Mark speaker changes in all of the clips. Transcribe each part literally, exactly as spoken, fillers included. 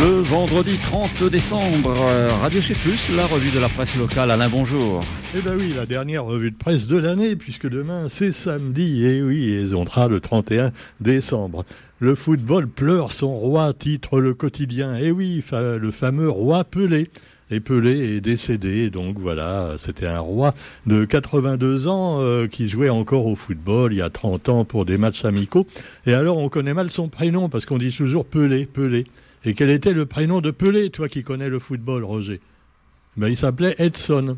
Speaker 1: Le vendredi trente décembre, Radio Sud Plus, la revue de la presse locale. Alain, bonjour.
Speaker 2: Eh bien oui, la dernière revue de presse de l'année, puisque demain c'est samedi, et oui, et on sera le trente et un décembre. Le football pleure son roi, titre le quotidien. Et oui, fa- le fameux roi Pelé. Et Pelé est décédé, donc voilà, c'était un roi de quatre-vingt-deux ans euh, qui jouait encore au football il y a trente ans pour des matchs amicaux. Et alors on connaît mal son prénom, parce qu'on dit toujours Pelé, Pelé. Et quel était le prénom de Pelé, toi qui connais le football, Roger? Ben, il s'appelait Edson.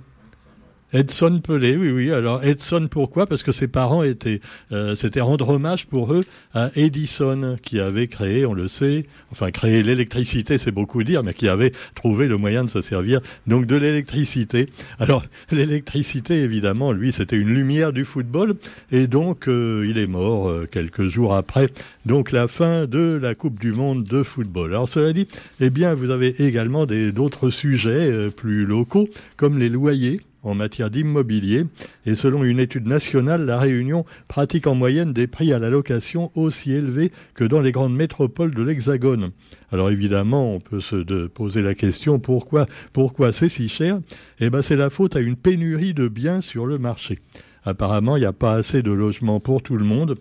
Speaker 2: Edson Pelé, oui, oui. Alors Edson, pourquoi? Parce que ses parents étaient, euh, c'était rendre hommage pour eux à Edison, qui avait créé, on le sait, enfin créé l'électricité, c'est beaucoup dire, mais qui avait trouvé le moyen de se servir donc de l'électricité. Alors l'électricité, évidemment, lui, c'était une lumière du football, et donc euh, il est mort euh, quelques jours après, donc la fin de la Coupe du Monde de football. Alors cela dit, eh bien, vous avez également des, d'autres sujets euh, plus locaux, comme les loyers en matière d'immobilier, et selon une étude nationale, la Réunion pratique en moyenne des prix à la location aussi élevés que dans les grandes métropoles de l'Hexagone. Alors évidemment, on peut se de poser la question, pourquoi, pourquoi c'est si cher? Eh ben, c'est la faute à une pénurie de biens sur le marché. Apparemment, il n'y a pas assez de logements pour tout le monde.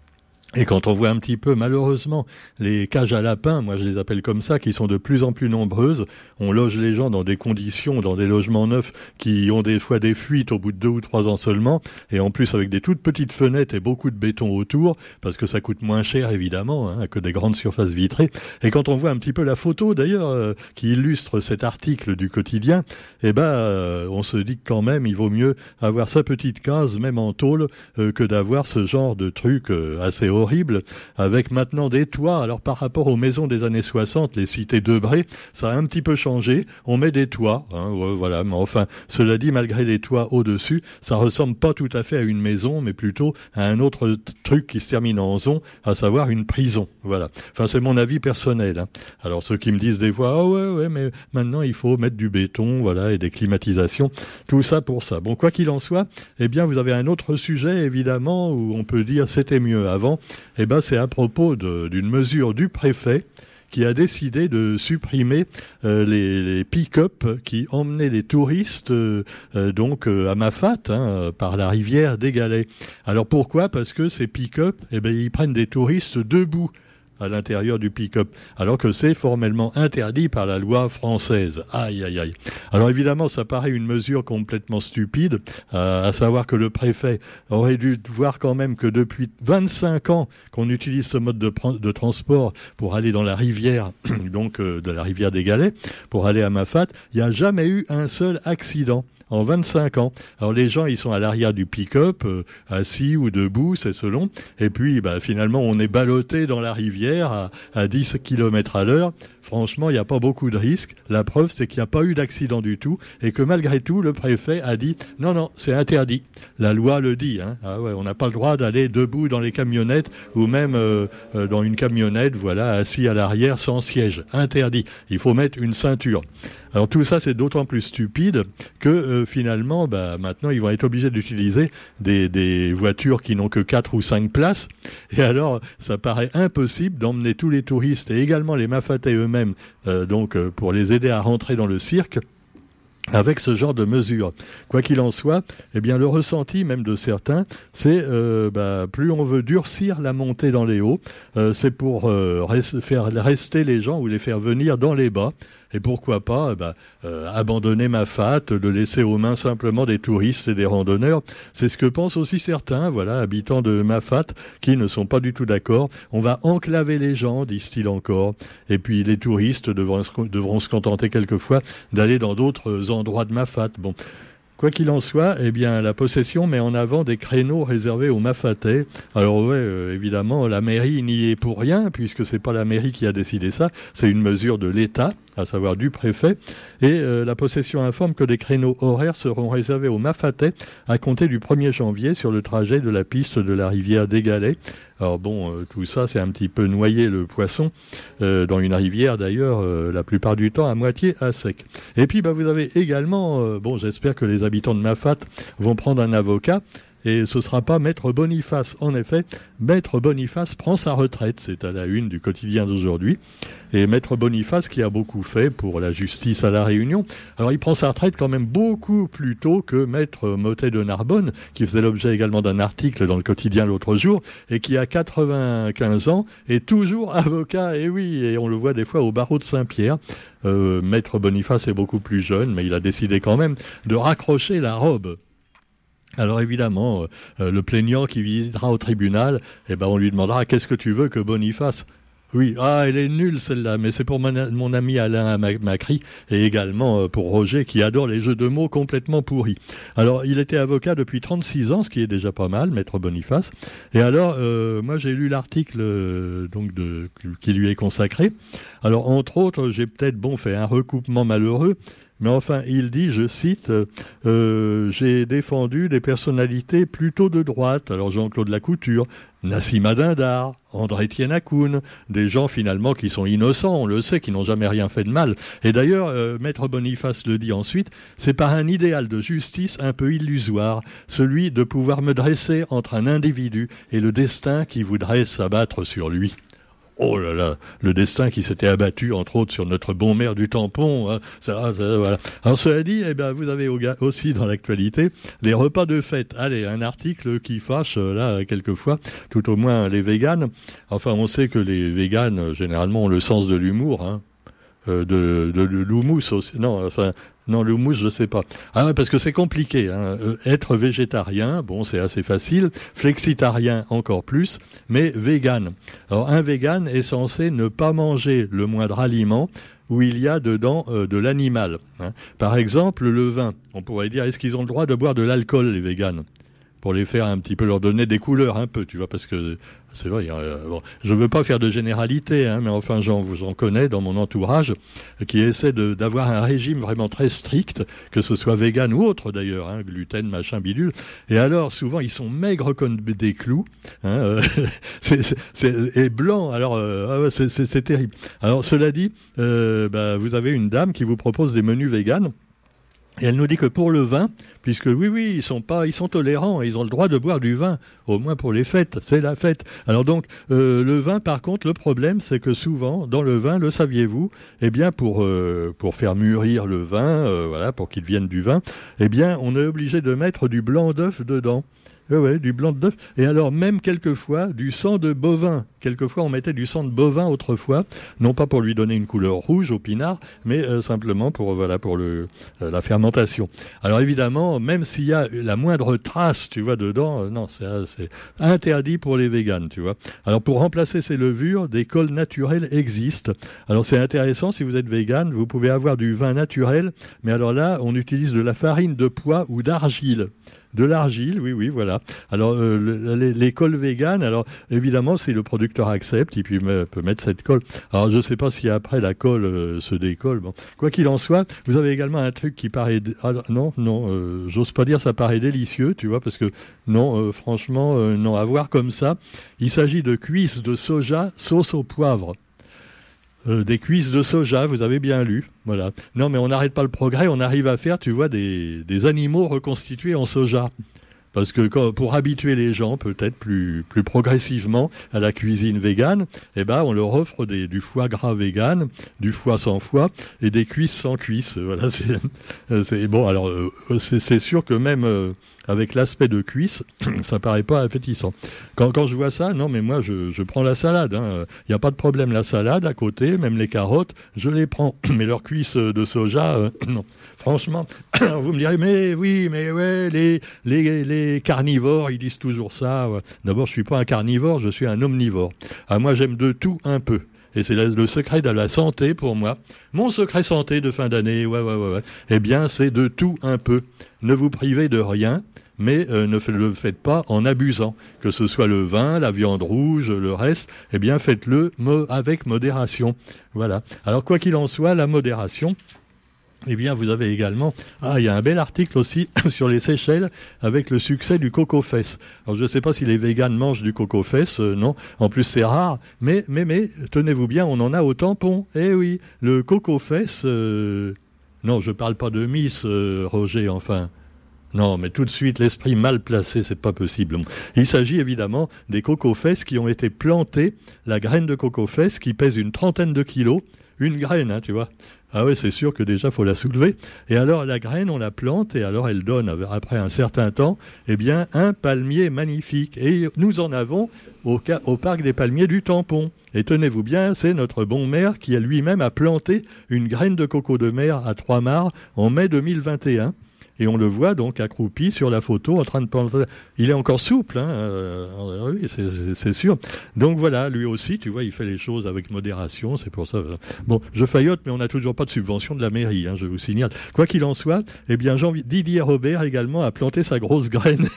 Speaker 2: Et quand on voit un petit peu, malheureusement, les cages à lapins, moi je les appelle comme ça, qui sont de plus en plus nombreuses, on loge les gens dans des conditions, dans des logements neufs qui ont des fois des fuites au bout de deux ou trois ans seulement, et en plus avec des toutes petites fenêtres et beaucoup de béton autour, parce que ça coûte moins cher évidemment hein, que des grandes surfaces vitrées. Et quand on voit un petit peu la photo d'ailleurs euh, qui illustre cet article du quotidien, eh ben euh, on se dit que quand même il vaut mieux avoir sa petite case, même en tôle, euh, que d'avoir ce genre de truc euh, assez horrible. horrible, avec maintenant des toits. Alors par rapport aux maisons des années soixante, les cités Debré, ça a un petit peu changé. On met des toits, hein, ouais, voilà. Mais enfin, cela dit, malgré les toits au-dessus, ça ressemble pas tout à fait à une maison, mais plutôt à un autre t- truc qui se termine en zon, à savoir une prison. Voilà. Enfin, c'est mon avis personnel. Hein. Alors ceux qui me disent des fois, ah oh, ouais, ouais, mais maintenant il faut mettre du béton, voilà, et des climatisations, tout ça pour ça. Bon, quoi qu'il en soit, eh bien, vous avez un autre sujet évidemment où on peut dire c'était mieux avant. Eh ben, c'est à propos de, d'une mesure du préfet qui a décidé de supprimer euh, les, les pick-up qui emmenaient les touristes euh, euh, donc euh, à Mafat, hein, par la rivière des Galets. Alors pourquoi? Parce que ces pick-up, eh ben, ils prennent des touristes debout à l'intérieur du pick-up, alors que c'est formellement interdit par la loi française. Aïe, aïe, aïe. Alors évidemment, ça paraît une mesure complètement stupide, euh, à savoir que le préfet aurait dû voir quand même que depuis vingt-cinq ans qu'on utilise ce mode de, de transport pour aller dans la rivière, donc euh, de la rivière des Galets, pour aller à Mafat, il n'y a jamais eu un seul accident. En vingt-cinq ans. Alors les gens, ils sont à l'arrière du pick-up, euh, assis ou debout, c'est selon. Et puis, bah, finalement, on est ballotté dans la rivière à, à dix kilomètres à l'heure. Franchement, il n'y a pas beaucoup de risques. La preuve, c'est qu'il n'y a pas eu d'accident du tout et que malgré tout, le préfet a dit « Non, non, c'est interdit ». La loi le dit. Hein. Ah ouais, on n'a pas le droit d'aller debout dans les camionnettes ou même euh, euh, dans une camionnette, voilà, assis à l'arrière sans siège. Interdit. Il faut mettre une ceinture. Alors tout ça, c'est d'autant plus stupide que euh, finalement, bah, maintenant, ils vont être obligés d'utiliser des, des voitures qui n'ont que quatre ou cinq places. Et alors, ça paraît impossible d'emmener tous les touristes et également les Mafatais eux-mêmes, euh, donc euh, pour les aider à rentrer dans le cirque, avec ce genre de mesures. Quoi qu'il en soit, eh bien le ressenti même de certains, c'est euh, bah, plus on veut durcir la montée dans les hauts, euh, c'est pour euh, res- faire rester les gens ou les faire venir dans les bas. Et pourquoi pas eh ben, euh, abandonner Mafat, le laisser aux mains simplement des touristes et des randonneurs. C'est ce que pensent aussi certains, voilà, habitants de Mafat, qui ne sont pas du tout d'accord. On va enclaver les gens, disent-ils encore. Et puis les touristes devront se, devront se contenter quelquefois d'aller dans d'autres endroits de Mafat. Bon. Quoi qu'il en soit, eh bien, la possession met en avant des créneaux réservés aux Mafatais. Alors ouais, euh, évidemment, la mairie n'y est pour rien, puisque c'est pas la mairie qui a décidé ça, c'est une mesure de l'État, à savoir du préfet. Et euh, la possession informe que des créneaux horaires seront réservés aux Mafatais à compter du premier janvier sur le trajet de la piste de la rivière des Galets. Alors bon, euh, tout ça, c'est un petit peu noyer le poisson euh, dans une rivière, d'ailleurs, euh, la plupart du temps à moitié à sec. Et puis, bah, vous avez également, euh, bon, j'espère que les habitants de Mafat vont prendre un avocat et ce ne sera pas Maître Boniface. En effet, Maître Boniface prend sa retraite, c'est à la une du quotidien d'aujourd'hui, et Maître Boniface qui a beaucoup fait pour la justice à La Réunion. Alors il prend sa retraite quand même beaucoup plus tôt que Maître Mottet de Narbonne, qui faisait l'objet également d'un article dans le quotidien l'autre jour, et qui a quatre-vingt-quinze ans, est toujours avocat, et oui, et on le voit des fois au barreau de Saint-Pierre. Euh, Maître Boniface est beaucoup plus jeune, mais il a décidé quand même de raccrocher la robe. Alors évidemment, euh, le plaignant qui viendra au tribunal, eh ben on lui demandera « Qu'est-ce que tu veux que Boniface ?» Oui, ah, elle est nulle celle-là, mais c'est pour mon, mon ami Alain Macri et également euh, pour Roger qui adore les jeux de mots complètement pourris. Alors, il était avocat depuis trente-six ans, ce qui est déjà pas mal, Maître Boniface. Et alors, euh, moi j'ai lu l'article euh, donc de, qui lui est consacré. Alors, entre autres, j'ai peut-être bon fait un recoupement malheureux. Mais enfin, il dit, je cite, euh, « J'ai défendu des personnalités plutôt de droite. » Alors Jean-Claude Lacouture, Nassima Dindar, André-Étienne Akoun, des gens finalement qui sont innocents, on le sait, qui n'ont jamais rien fait de mal. Et d'ailleurs, euh, Maître Boniface le dit ensuite, c'est par un idéal de justice un peu illusoire, celui de pouvoir me dresser entre un individu et le destin qui voudrait s'abattre sur lui. Oh là là, le destin qui s'était abattu, entre autres, sur notre bon maire du Tampon. Hein, ça, ça, voilà. Alors cela dit, eh ben, vous avez aussi dans l'actualité les repas de fête. Allez, un article qui fâche, là, quelquefois, tout au moins les véganes. Enfin, on sait que les véganes, généralement, ont le sens de l'humour, hein. Euh, de, de, de l'houmous aussi. Non, enfin... Non, le houmous, je sais pas. Ah, parce que c'est compliqué. Hein. Euh, être végétarien, bon, c'est assez facile. Flexitarien, encore plus. Mais vegan. Alors, un vegan est censé ne pas manger le moindre aliment où il y a dedans euh, de l'animal. Hein. Par exemple, le vin. On pourrait dire, est-ce qu'ils ont le droit de boire de l'alcool, les véganes ? Pour les faire un petit peu, leur donner des couleurs un peu, tu vois, parce que c'est vrai, euh, bon, je veux pas faire de généralité, hein, mais enfin, j'en, j'en connais dans mon entourage qui essaient de, d'avoir un régime vraiment très strict, que ce soit vegan ou autre d'ailleurs, hein, gluten, machin, bidule. Et alors, souvent, ils sont maigres comme des clous, hein, euh, c'est, c'est, c'est, et blancs. Alors, euh, c'est, c'est, c'est terrible. Alors, cela dit, euh, bah, vous avez une dame qui vous propose des menus véganes. Et elle nous dit que pour le vin, puisque oui, oui, ils sont pas, ils sont tolérants, ils ont le droit de boire du vin, au moins pour les fêtes, c'est la fête. Alors donc, euh, le vin, par contre, le problème, c'est que souvent, dans le vin, le saviez-vous, eh bien, pour euh, pour faire mûrir le vin, euh, voilà, pour qu'il devienne du vin, eh bien, on est obligé de mettre du blanc d'œuf dedans. Oui, ouais, du blanc d'œuf. Et alors, même quelquefois, du sang de bovin. Quelquefois, on mettait du sang de bovin autrefois, non pas pour lui donner une couleur rouge au pinard, mais euh, simplement pour, voilà, pour le, euh, la fermentation. Alors, évidemment, même s'il y a la moindre trace, tu vois, dedans, euh, non, c'est, c'est interdit pour les véganes, tu vois. Alors, pour remplacer ces levures, des cols naturels existent. Alors, c'est intéressant, si vous êtes végane, vous pouvez avoir du vin naturel, mais alors là, on utilise de la farine de pois ou d'argile. De l'argile, oui, oui, voilà. Alors, euh, le, les, les cols véganes, alors, évidemment, si le producteur accepte, il peut, peut mettre cette colle. Alors, je ne sais pas si après la colle euh, se décolle. Bon. Quoi qu'il en soit, vous avez également un truc qui paraît... Ah, non, non, euh, j'ose pas dire ça paraît délicieux, tu vois, parce que, non, euh, franchement, euh, non, à voir comme ça, il s'agit de cuisses de soja sauce au poivre. Euh, des cuisses de soja, vous avez bien lu, voilà. Non, mais on n'arrête pas le progrès, on arrive à faire, tu vois, des, des animaux reconstitués en soja. Parce que quand, pour habituer les gens, peut-être plus, plus progressivement, à la cuisine végane, eh ben, on leur offre des, du foie gras végane, du foie sans foie, et des cuisses sans cuisses. Voilà, c'est, c'est bon. Alors, euh, c'est, c'est sûr que même euh, avec l'aspect de cuisse, ça paraît pas appétissant. Quand, quand je vois ça, non, mais moi, je, je prends la salade. Il hein. n'y a pas de problème, la salade à côté, même les carottes, je les prends. Mais leurs cuisses de soja, euh, non. Franchement, vous me direz, mais oui, mais ouais, les, les, les carnivores, ils disent toujours ça. D'abord, je suis pas un carnivore, je suis un omnivore. Ah, moi, j'aime de tout un peu. Et c'est le secret de la santé pour moi. Mon secret santé de fin d'année, ouais, ouais, ouais, ouais. Eh bien, c'est de tout un peu. Ne vous privez de rien, mais euh, ne le faites pas en abusant. Que ce soit le vin, la viande rouge, le reste, eh bien, faites-le mo- avec modération. Voilà. Alors, quoi qu'il en soit, la modération... Eh bien, vous avez également... Ah, il y a un bel article aussi sur les Seychelles avec le succès du coco-fess. Alors, je ne sais pas si les véganes mangent du coco-fess, euh, non. En plus, c'est rare. Mais, mais, mais, tenez-vous bien, on en a au tampon. Eh oui, le coco-fess... Euh... Non, je ne parle pas de Miss, euh, Roger, enfin... Non, mais tout de suite, l'esprit mal placé, c'est pas possible. Il s'agit évidemment des cocofesses qui ont été plantées, la graine de cocofesse qui pèse une trentaine de kilos, une graine, hein, tu vois. Ah oui, c'est sûr que déjà, faut la soulever. Et alors, la graine, on la plante, et alors, elle donne, après un certain temps, eh bien, un palmier magnifique. Et nous en avons au, au parc des palmiers du Tampon. Et tenez-vous bien, c'est notre bon maire qui a lui-même a planté une graine de coco de mer à Trois-Mars en mai deux mille vingt et un. Et on le voit donc accroupi sur la photo en train de planter. Il est encore souple, hein, euh, oui, c'est, c'est, c'est sûr. Donc voilà, lui aussi, tu vois, il fait les choses avec modération, c'est pour ça. Bon, je faillote, mais on n'a toujours pas de subvention de la mairie, hein, je vous signale. Quoi qu'il en soit, eh bien, Jean- Didier Robert également a planté sa grosse graine.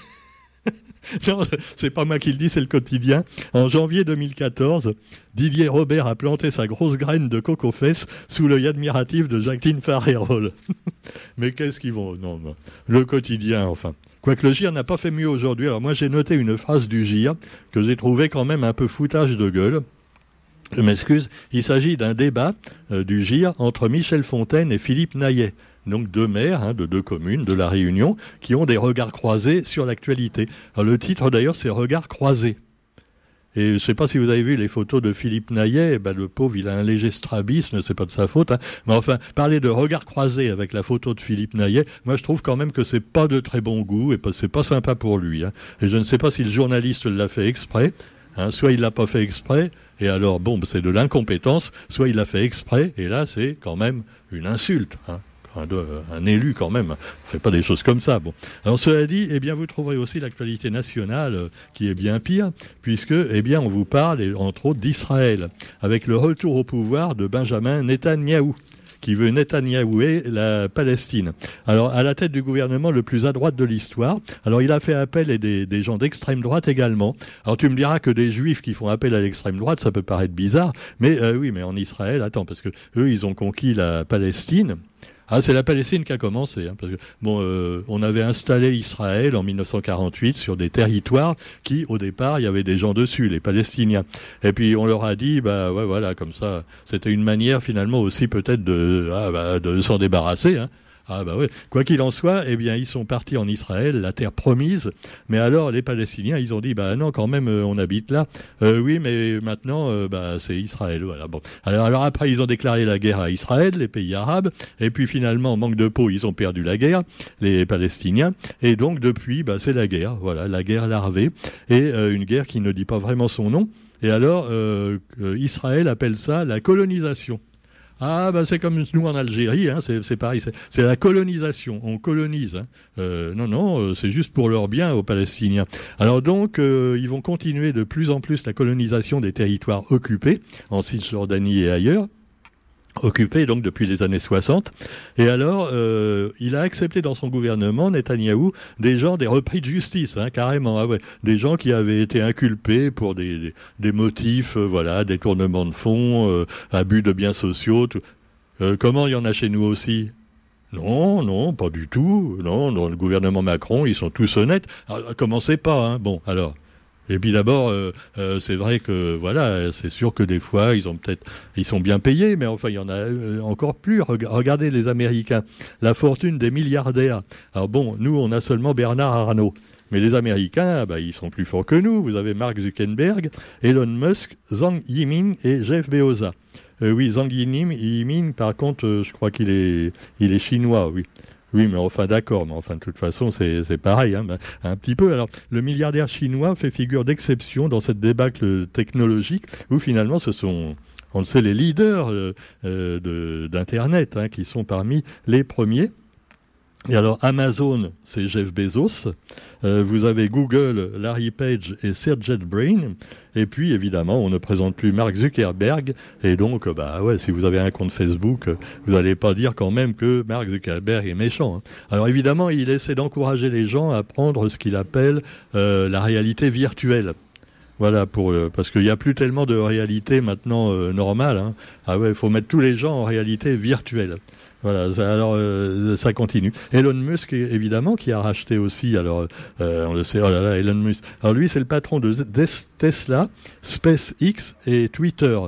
Speaker 2: Non, c'est pas moi qui le dis, c'est le quotidien. En janvier deux mille quatorze, Didier Robert a planté sa grosse graine de coco-fesse sous l'œil admiratif de Jacqueline Farérol. Mais qu'est-ce qu'ils vont... Non, non. Le quotidien, enfin. Quoique le G I R n'a pas fait mieux aujourd'hui. Alors moi, j'ai noté une phrase du G I R que j'ai trouvé quand même un peu foutage de gueule. Je m'excuse. Il s'agit d'un débat euh, du G I R entre Michel Fontaine et Philippe Naillet. Donc deux maires hein, de deux communes de la Réunion qui ont des regards croisés sur l'actualité. Alors le titre d'ailleurs c'est Regards croisés. Et je ne sais pas si vous avez vu les photos de Philippe Naillet, ben, le pauvre il a un léger strabisme, c'est pas de sa faute. Hein. Mais enfin, parler de regards croisés avec la photo de Philippe Naillet, moi je trouve quand même que c'est pas de très bon goût et c'est pas sympa pour lui. Hein. Et je ne sais pas si le journaliste l'a fait exprès, hein, soit il l'a pas fait exprès, et alors bon c'est de l'incompétence, soit il l'a fait exprès, et là c'est quand même une insulte. Hein. Un, de, un élu quand même, on ne fait pas des choses comme ça. Bon. Alors cela dit, eh bien, vous trouverez aussi l'actualité nationale euh, qui est bien pire, puisque eh bien, on vous parle, entre autres, d'Israël, avec le retour au pouvoir de Benjamin Netanyahou, qui veut Netanyahouer la Palestine. Alors, à la tête du gouvernement le plus à droite de l'histoire. Alors, il a fait appel à des, des gens d'extrême droite également. Alors, tu me diras que des juifs qui font appel à l'extrême droite, ça peut paraître bizarre, mais euh, oui, mais en Israël, attends, parce que eux, ils ont conquis la Palestine. Ah, c'est la Palestine qui a commencé. Hein, parce que, bon, euh, on avait installé Israël en mille neuf cent quarante-huit sur des territoires qui, au départ, il y avait des gens dessus, les Palestiniens. Et puis on leur a dit, bah ouais, voilà, comme ça, c'était une manière finalement aussi peut-être de, ah, bah, de s'en débarrasser. Hein. Ah bah oui. Quoi qu'il en soit, eh bien ils sont partis en Israël, la terre promise. Mais alors les Palestiniens, ils ont dit bah non quand même euh, on habite là. Euh, oui mais maintenant euh, bah c'est Israël. Voilà bon. Alors alors après ils ont déclaré la guerre à Israël, les pays arabes. Et puis finalement manque de peau, ils ont perdu la guerre, les Palestiniens. Et donc depuis bah c'est la guerre. Voilà la guerre larvée et euh, une guerre qui ne dit pas vraiment son nom. Et alors euh, euh, Israël appelle ça la colonisation. Ah, ben c'est comme nous en Algérie, hein, c'est, c'est pareil, c'est, c'est la colonisation, on colonise. Hein. Euh, non, non, euh, c'est juste pour leur bien aux Palestiniens. Alors donc, euh, ils vont continuer de plus en plus la colonisation des territoires occupés, en Cisjordanie et ailleurs. Occupé donc depuis les années soixante. Et alors, euh, il a accepté dans son gouvernement, Netanyahou, des gens, des repris de justice, hein, carrément. Ah ouais, des gens qui avaient été inculpés pour des, des, des motifs, euh, voilà, détournement de fonds, euh, abus de biens sociaux. Tout. Euh, comment il y en a chez nous aussi ? Non, non, pas du tout. Non, dans le gouvernement Macron, ils sont tous honnêtes. Alors, commencez pas, hein. Bon, alors... Et puis d'abord, euh, euh, c'est vrai que voilà, c'est sûr que des fois ils ont peut-être, ils sont bien payés, mais enfin il y en a euh, encore plus. Regardez les Américains, la fortune des milliardaires. Alors bon, nous on a seulement Bernard Arnault, mais les Américains, bah, ils sont plus forts que nous. Vous avez Mark Zuckerberg, Elon Musk, Zhang Yiming et Jeff Bezos. Euh, oui, Zhang Yiming, par contre, euh, je crois qu'il est, il est chinois, oui. Oui, mais enfin d'accord, mais enfin de toute façon c'est, c'est pareil, hein, un petit peu. Alors le milliardaire chinois fait figure d'exception dans cette débâcle technologique où finalement ce sont, on le sait, les leaders euh, euh, de, d'Internet hein, qui sont parmi les premiers. Et alors Amazon, c'est Jeff Bezos. Euh, vous avez Google, Larry Page et Sergey Brin. Et puis évidemment, on ne présente plus Mark Zuckerberg. Et donc, bah ouais, si vous avez un compte Facebook, vous n'allez pas dire quand même que Mark Zuckerberg est méchant. Hein. Alors évidemment, il essaie d'encourager les gens à prendre ce qu'il appelle euh, la réalité virtuelle. Voilà, pour euh, parce qu'il n'y a plus tellement de réalité maintenant euh, normale. Hein. Ah ouais, il faut mettre tous les gens en réalité virtuelle. Voilà, ça, alors euh, ça continue. Elon Musk, évidemment, qui a racheté aussi, alors euh, on le sait, oh là là, Elon Musk. Alors lui, c'est le patron de Tesla, SpaceX et Twitter.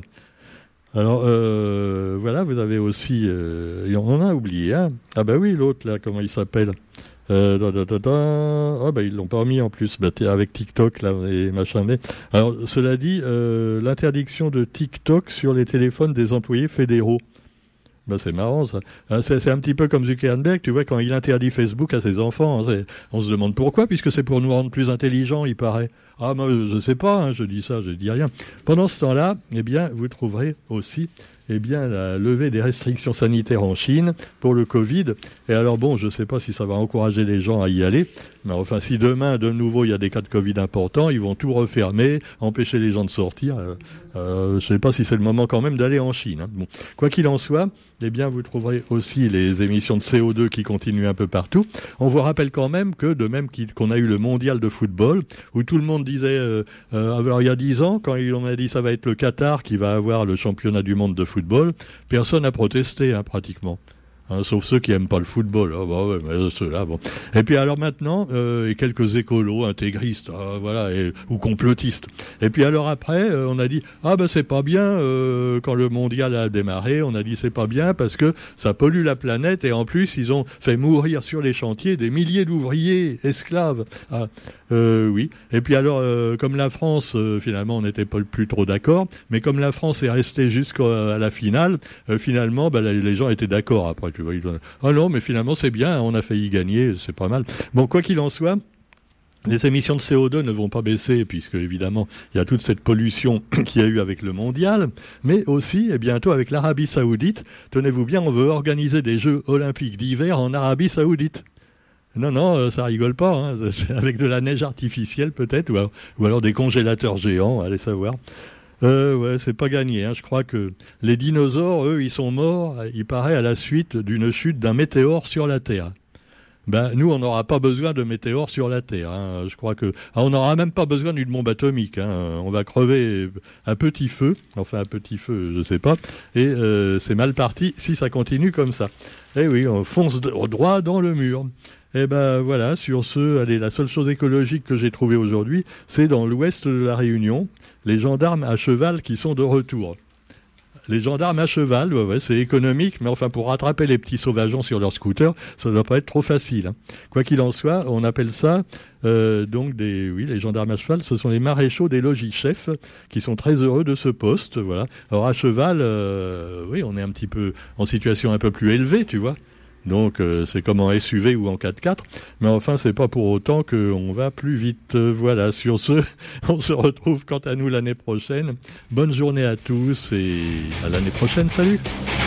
Speaker 2: Alors euh, voilà, vous avez aussi, euh, on en a oublié, hein. Ah bah oui, l'autre là, comment il s'appelle ? Euh, da, da, da, da. Ah, bah, ils l'ont pas mis en plus, bah, avec TikTok là, et machin. Mais... Alors, cela dit, euh, l'interdiction de TikTok sur les téléphones des employés fédéraux. Ben c'est marrant ça. C'est, c'est un petit peu comme Zuckerberg, tu vois, quand il interdit Facebook à ses enfants. Hein, on se demande pourquoi, puisque c'est pour nous rendre plus intelligents, il paraît. Ah, moi, je sais pas, hein, je dis ça, je dis rien. Pendant ce temps-là, eh bien, vous trouverez aussi eh bien, la levée des restrictions sanitaires en Chine pour le Covid. Et alors, bon, je ne sais pas si ça va encourager les gens à y aller, mais enfin, si demain, de nouveau, il y a des cas de Covid importants, ils vont tout refermer, empêcher les gens de sortir. Euh, euh, je ne sais pas si c'est le moment quand même d'aller en Chine. Hein. Bon. Quoi qu'il en soit, eh bien, vous trouverez aussi les émissions de C O deux qui continuent un peu partout. On vous rappelle quand même que, de même qu'on a eu le mondial de football, où tout le monde disait, euh, euh, alors il y a dix ans, quand on a dit ça va être le Qatar qui va avoir le championnat du monde de football, personne n'a protesté, hein, pratiquement. Hein, sauf ceux qui aiment pas le football. Ah, bah ouais, mais ceux-là, bon. Et puis alors maintenant, euh, et quelques écolos intégristes, euh, voilà, et, ou complotistes. Et puis alors après, euh, on a dit ah ben c'est pas bien euh, quand le mondial a démarré. On a dit c'est pas bien parce que ça pollue la planète et en plus ils ont fait mourir sur les chantiers des milliers d'ouvriers esclaves. Ah, euh, oui. Et puis alors euh, comme la France, euh, finalement, on n'était pas plus trop d'accord, mais comme la France est restée jusqu'à la finale, euh, finalement, bah, les gens étaient d'accord après. Ah non, mais finalement c'est bien, on a failli gagner, c'est pas mal. Bon, quoi qu'il en soit, les émissions de C O deux ne vont pas baisser, puisque évidemment il y a toute cette pollution qu'il y a eu avec le mondial, mais aussi et bientôt avec l'Arabie Saoudite. Tenez-vous bien, on veut organiser des Jeux Olympiques d'hiver en Arabie Saoudite. Non, non, ça rigole pas, hein. Avec de la neige artificielle peut-être, ou alors, ou alors des congélateurs géants, allez savoir. Euh, ouais, c'est pas gagné. Hein. Je crois que les dinosaures, eux, ils sont morts, il paraît, à la suite d'une chute d'un météore sur la Terre. Ben, nous, on n'aura pas besoin de météores sur la Terre. Hein. Je crois que, ah, on n'aura même pas besoin d'une bombe atomique. Hein. On va crever à petit feu, enfin à petit feu, je sais pas. Et euh, c'est mal parti si ça continue comme ça. Eh oui, on fonce droit dans le mur. Eh ben voilà, sur ce, allez, la seule chose écologique que j'ai trouvée aujourd'hui, c'est dans l'ouest de la Réunion, les gendarmes à cheval qui sont de retour. Les gendarmes à cheval, ouais, ouais, c'est économique, mais enfin pour rattraper les petits sauvageons sur leur scooter, ça ne doit pas être trop facile. Hein. Quoi qu'il en soit, on appelle ça euh, donc des, oui, les gendarmes à cheval, ce sont les maréchaux des logis-chefs qui sont très heureux de ce poste. Voilà. Alors à cheval, euh, oui, on est un petit peu en situation un peu plus élevée, tu vois. Donc euh, c'est comme en S U V ou en quatre-quatre, mais enfin c'est pas pour autant qu'on va plus vite. Voilà, sur ce, on se retrouve quant à nous l'année prochaine. Bonne journée à tous et à l'année prochaine, salut.